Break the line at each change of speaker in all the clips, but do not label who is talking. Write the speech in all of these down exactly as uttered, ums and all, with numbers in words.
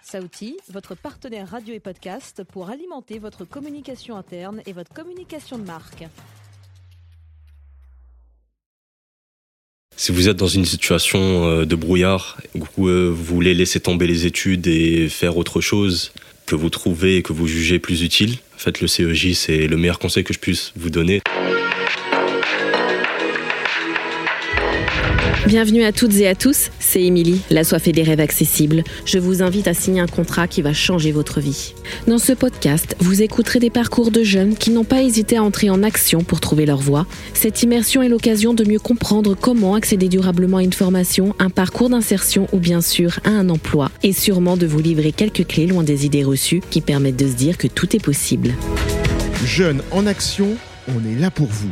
Saouti, votre partenaire radio et podcast pour alimenter votre communication interne et votre communication de marque.
Si vous êtes dans une situation de brouillard, où vous voulez laisser tomber les études et faire autre chose que vous trouvez et que vous jugez plus utile, en fait, le C E J, c'est le meilleur conseil que je puisse vous donner.
Bienvenue à toutes et à tous, c'est Émilie, la soif et des rêves accessibles. Je vous invite à signer un contrat qui va changer votre vie. Dans ce podcast, vous écouterez des parcours de jeunes qui n'ont pas hésité à entrer en action pour trouver leur voie. Cette immersion est l'occasion de mieux comprendre comment accéder durablement à une formation, un parcours d'insertion ou bien sûr à un emploi. Et sûrement de vous livrer quelques clés loin des idées reçues qui permettent de se dire que tout est possible.
Jeunes en action, on est là pour vous.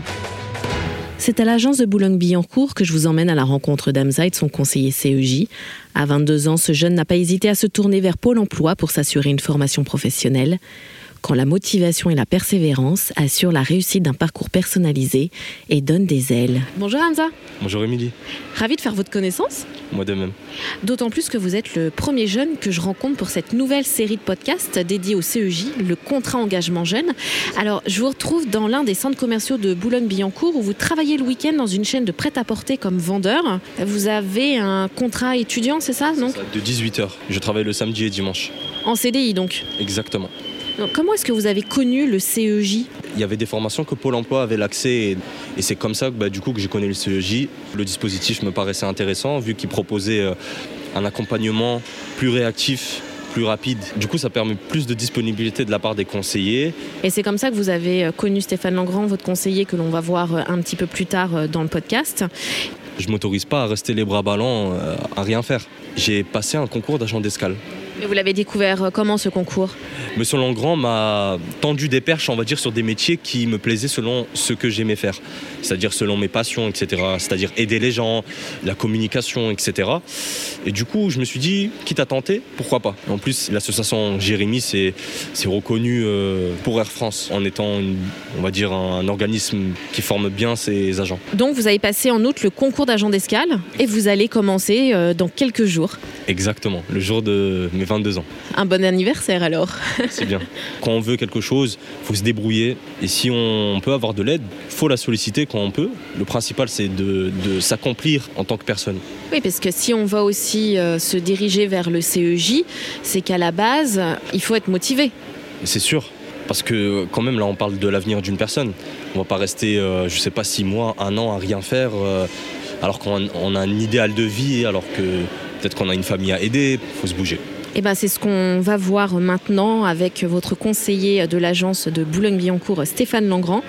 C'est à l'agence de Boulogne-Billancourt que je vous emmène à la rencontre d'Hamza et de son conseiller C E J. À vingt-deux ans, ce jeune n'a pas hésité à se tourner vers Pôle emploi pour s'assurer une formation professionnelle. Quand la motivation et la persévérance assurent la réussite d'un parcours personnalisé et donnent des ailes. Bonjour Hamza.
Bonjour Émilie.
Ravi de faire votre connaissance.
Moi de même.
D'autant plus que vous êtes le premier jeune que je rencontre pour cette nouvelle série de podcasts dédiée au C E J, le contrat engagement jeune. Alors, je vous retrouve dans l'un des centres commerciaux de Boulogne-Billancourt où vous travaillez le week-end dans une chaîne de prêt-à-porter comme vendeur. Vous avez un contrat étudiant, c'est ça, donc ?
C'est ça, de dix-huit heures. Je travaille le samedi et dimanche.
En C D I donc ?
Exactement.
Donc, comment est-ce que vous avez connu le C E J ?
Il y avait des formations que Pôle emploi avait l'accès et, et c'est comme ça que, bah, du coup, que j'ai connu le C E J. Le dispositif me paraissait intéressant vu qu'il proposait euh, un accompagnement plus réactif, plus rapide. Du coup, ça permet plus de disponibilité de la part des conseillers.
Et c'est comme ça que vous avez connu Stéphane Langrand, votre conseiller, que l'on va voir un petit peu plus tard dans le podcast.
Je ne m'autorise pas à rester les bras ballants, euh, à rien faire. J'ai passé un concours d'agent d'escale.
Mais vous l'avez découvert comment, ce concours ?
Monsieur Langrand m'a tendu des perches, on va dire, sur des métiers qui me plaisaient selon ce que j'aimais faire. C'est-à-dire selon mes passions, et cetera. C'est-à-dire aider les gens, la communication, et cetera. Et du coup, je me suis dit, quitte à tenter, pourquoi pas ? En plus, l'association Jérémy, c'est, c'est reconnu euh, pour Air France, en étant, une, on va dire, un, un organisme qui forme bien ses agents.
Donc, vous avez passé en août le concours d'agent d'escale et vous allez commencer euh, dans quelques jours.
Exactement, le jour de mes vingt-deux ans.
Un bon anniversaire alors.
C'est bien. Quand on veut quelque chose, il faut se débrouiller. Et si on peut avoir de l'aide, il faut la solliciter quand on peut. Le principal, c'est de, de s'accomplir en tant que personne.
Oui, parce que si on va aussi euh, se diriger vers le C E J, c'est qu'à la base, il faut être motivé.
C'est sûr. Parce que quand même, là, on parle de l'avenir d'une personne. On ne va pas rester, euh, je ne sais pas, six mois, un an à rien faire, euh, alors qu'on on a un idéal de vie, alors que peut-être qu'on a une famille à aider. Il faut se bouger.
Eh ben, c'est ce qu'on va voir maintenant avec votre conseiller de l'agence de Boulogne-Billancourt, Stéphane Langrand.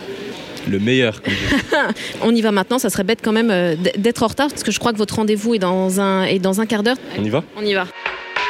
Le meilleur. Le meilleur.
On y va maintenant, ça serait bête quand même d'être en retard, parce que je crois que votre rendez-vous est dans un, est dans un quart d'heure.
On y va ?
On y va.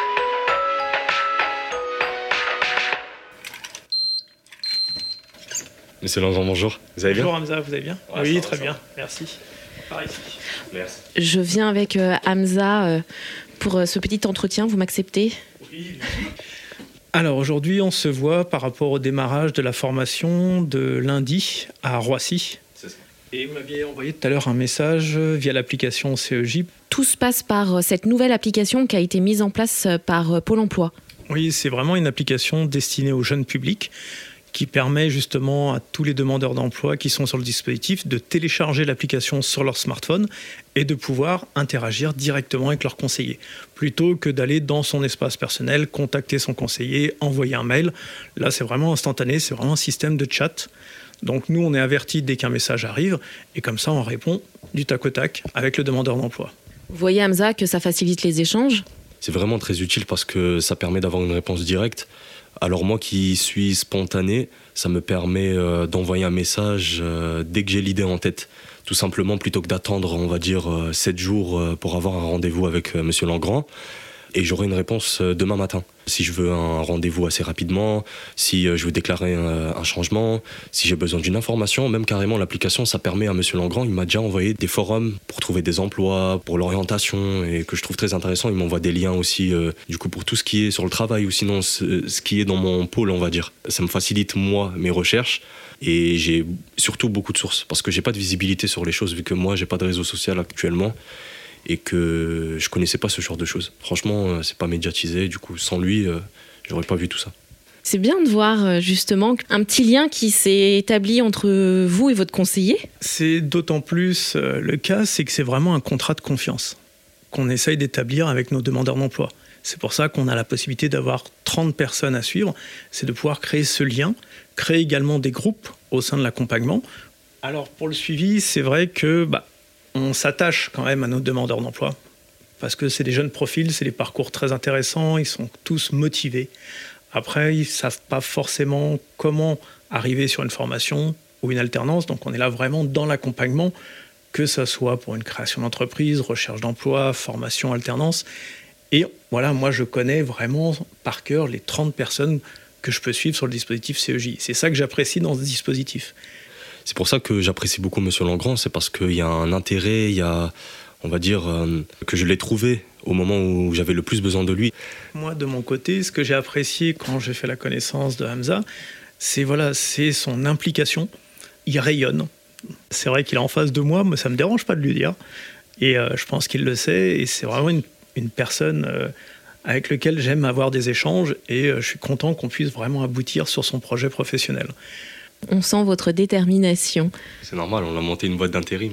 Monsieur Langrand, bonjour. Vous allez bien ?
Bonjour Hamza, vous allez bien ?
Ouais,
Oui,
va,
très bien,
va.
merci. Par ici.
Merci.
Je viens avec euh, Hamza euh, pour euh, ce petit entretien, vous m'acceptez ?
Oui. Alors aujourd'hui, on se voit par rapport au démarrage de la formation de lundi à Roissy.
C'est ça.
Et vous m'aviez envoyé tout à l'heure un message via l'application C E J.
Tout se passe par euh, cette nouvelle application qui a été mise en place euh, par euh, Pôle emploi.
Oui, c'est vraiment une application destinée au jeune public qui permet justement à tous les demandeurs d'emploi qui sont sur le dispositif de télécharger l'application sur leur smartphone et de pouvoir interagir directement avec leur conseiller, plutôt que d'aller dans son espace personnel, contacter son conseiller, envoyer un mail. Là, c'est vraiment instantané, c'est vraiment un système de chat. Donc nous, on est avertis dès qu'un message arrive, et comme ça, on répond du tac au tac avec le demandeur d'emploi.
Vous voyez, Hamza, que ça facilite les échanges ?
C'est vraiment très utile parce que ça permet d'avoir une réponse directe. Alors moi qui suis spontané, ça me permet euh, d'envoyer un message euh, dès que j'ai l'idée en tête. Tout simplement, plutôt que d'attendre, on va dire, euh, sept jours euh, pour avoir un rendez-vous avec euh, Monsieur Langrand. Et j'aurai une réponse euh, demain matin. Si je veux un rendez-vous assez rapidement, si euh, je veux déclarer un, un changement, si j'ai besoin d'une information, même carrément l'application, ça permet à Monsieur Langrand, il m'a déjà envoyé des forums pour trouver des emplois, pour l'orientation, et que je trouve très intéressant. Il m'envoie des liens aussi, euh, du coup, pour tout ce qui est sur le travail, ou sinon ce, ce qui est dans mon pôle, on va dire. Ça me facilite, moi, mes recherches. Et j'ai surtout beaucoup de sources, parce que j'ai pas de visibilité sur les choses, vu que moi, j'ai pas de réseau social actuellement. et que je connaissais pas ce genre de choses. Franchement, c'est pas médiatisé, du coup, sans lui, euh, j'aurais pas vu tout ça.
C'est bien de voir justement un petit lien qui s'est établi entre vous et votre conseiller.
C'est d'autant plus euh, le cas, c'est que c'est vraiment un contrat de confiance qu'on essaye d'établir avec nos demandeurs d'emploi. C'est pour ça qu'on a la possibilité d'avoir trente personnes à suivre, c'est de pouvoir créer ce lien, créer également des groupes au sein de l'accompagnement. Alors pour le suivi, c'est vrai que bah, on s'attache quand même à nos demandeurs d'emploi, parce que c'est des jeunes profils, c'est des parcours très intéressants, ils sont tous motivés. Après, ils ne savent pas forcément comment arriver sur une formation ou une alternance, donc on est là vraiment dans l'accompagnement, que ce soit pour une création d'entreprise, recherche d'emploi, formation, alternance. Et voilà, moi je connais vraiment par cœur les trente personnes que je peux suivre sur le dispositif C E J. C'est ça que j'apprécie dans ce dispositif.
C'est pour ça que j'apprécie beaucoup M. Langrand, c'est parce qu'il y a un intérêt, il y a, on va dire, euh, que je l'ai trouvé au moment où j'avais le plus besoin de lui.
Moi, de mon côté, ce que j'ai apprécié quand j'ai fait la connaissance de Hamza, c'est, voilà, c'est son implication. Il rayonne. C'est vrai qu'il est en face de moi, mais ça ne me dérange pas de lui dire. Et euh, je pense qu'il le sait, et c'est vraiment une une personne euh, avec laquelle j'aime avoir des échanges et euh, je suis content qu'on puisse vraiment aboutir sur son projet professionnel.
On sent votre détermination.
C'est normal, on a monté une boîte d'intérim.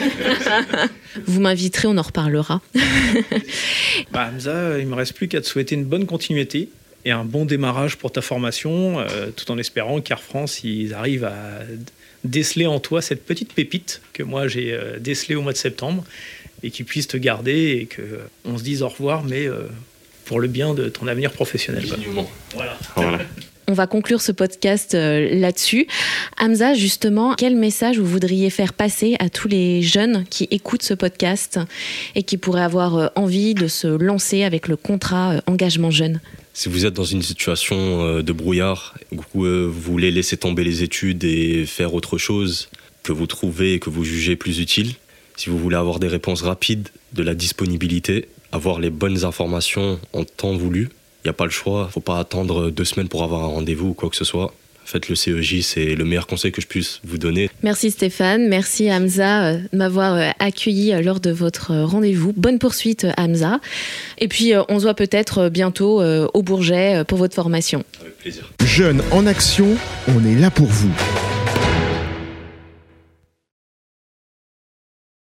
Vous m'inviterez, on en reparlera.
bah, Hamza, il ne me reste plus qu'à te souhaiter une bonne continuité et un bon démarrage pour ta formation, euh, tout en espérant qu'Air France ils arrivent à déceler en toi cette petite pépite que moi j'ai euh, décelée au mois de septembre, et qu'ils puissent te garder et qu'on se dise au revoir, mais euh, pour le bien de ton avenir professionnel.
Voilà. Voilà.
On va conclure ce podcast euh, là-dessus. Hamza, justement, quel message vous voudriez faire passer à tous les jeunes qui écoutent ce podcast et qui pourraient avoir euh, envie de se lancer avec le contrat euh, engagement jeune ?
Si vous êtes dans une situation euh, de brouillard, où euh, vous voulez laisser tomber les études et faire autre chose que vous trouvez et que vous jugez plus utile, si vous voulez avoir des réponses rapides, de la disponibilité, avoir les bonnes informations en temps voulu, il n'y a pas le choix. Il ne faut pas attendre deux semaines pour avoir un rendez-vous ou quoi que ce soit. Faites le C E J, c'est le meilleur conseil que je puisse vous donner.
Merci Stéphane, merci Hamza de m'avoir accueilli lors de votre rendez-vous. Bonne poursuite Hamza. Et puis on se voit peut-être bientôt au Bourget pour votre formation.
Avec plaisir.
Jeunes en action, on est là pour vous.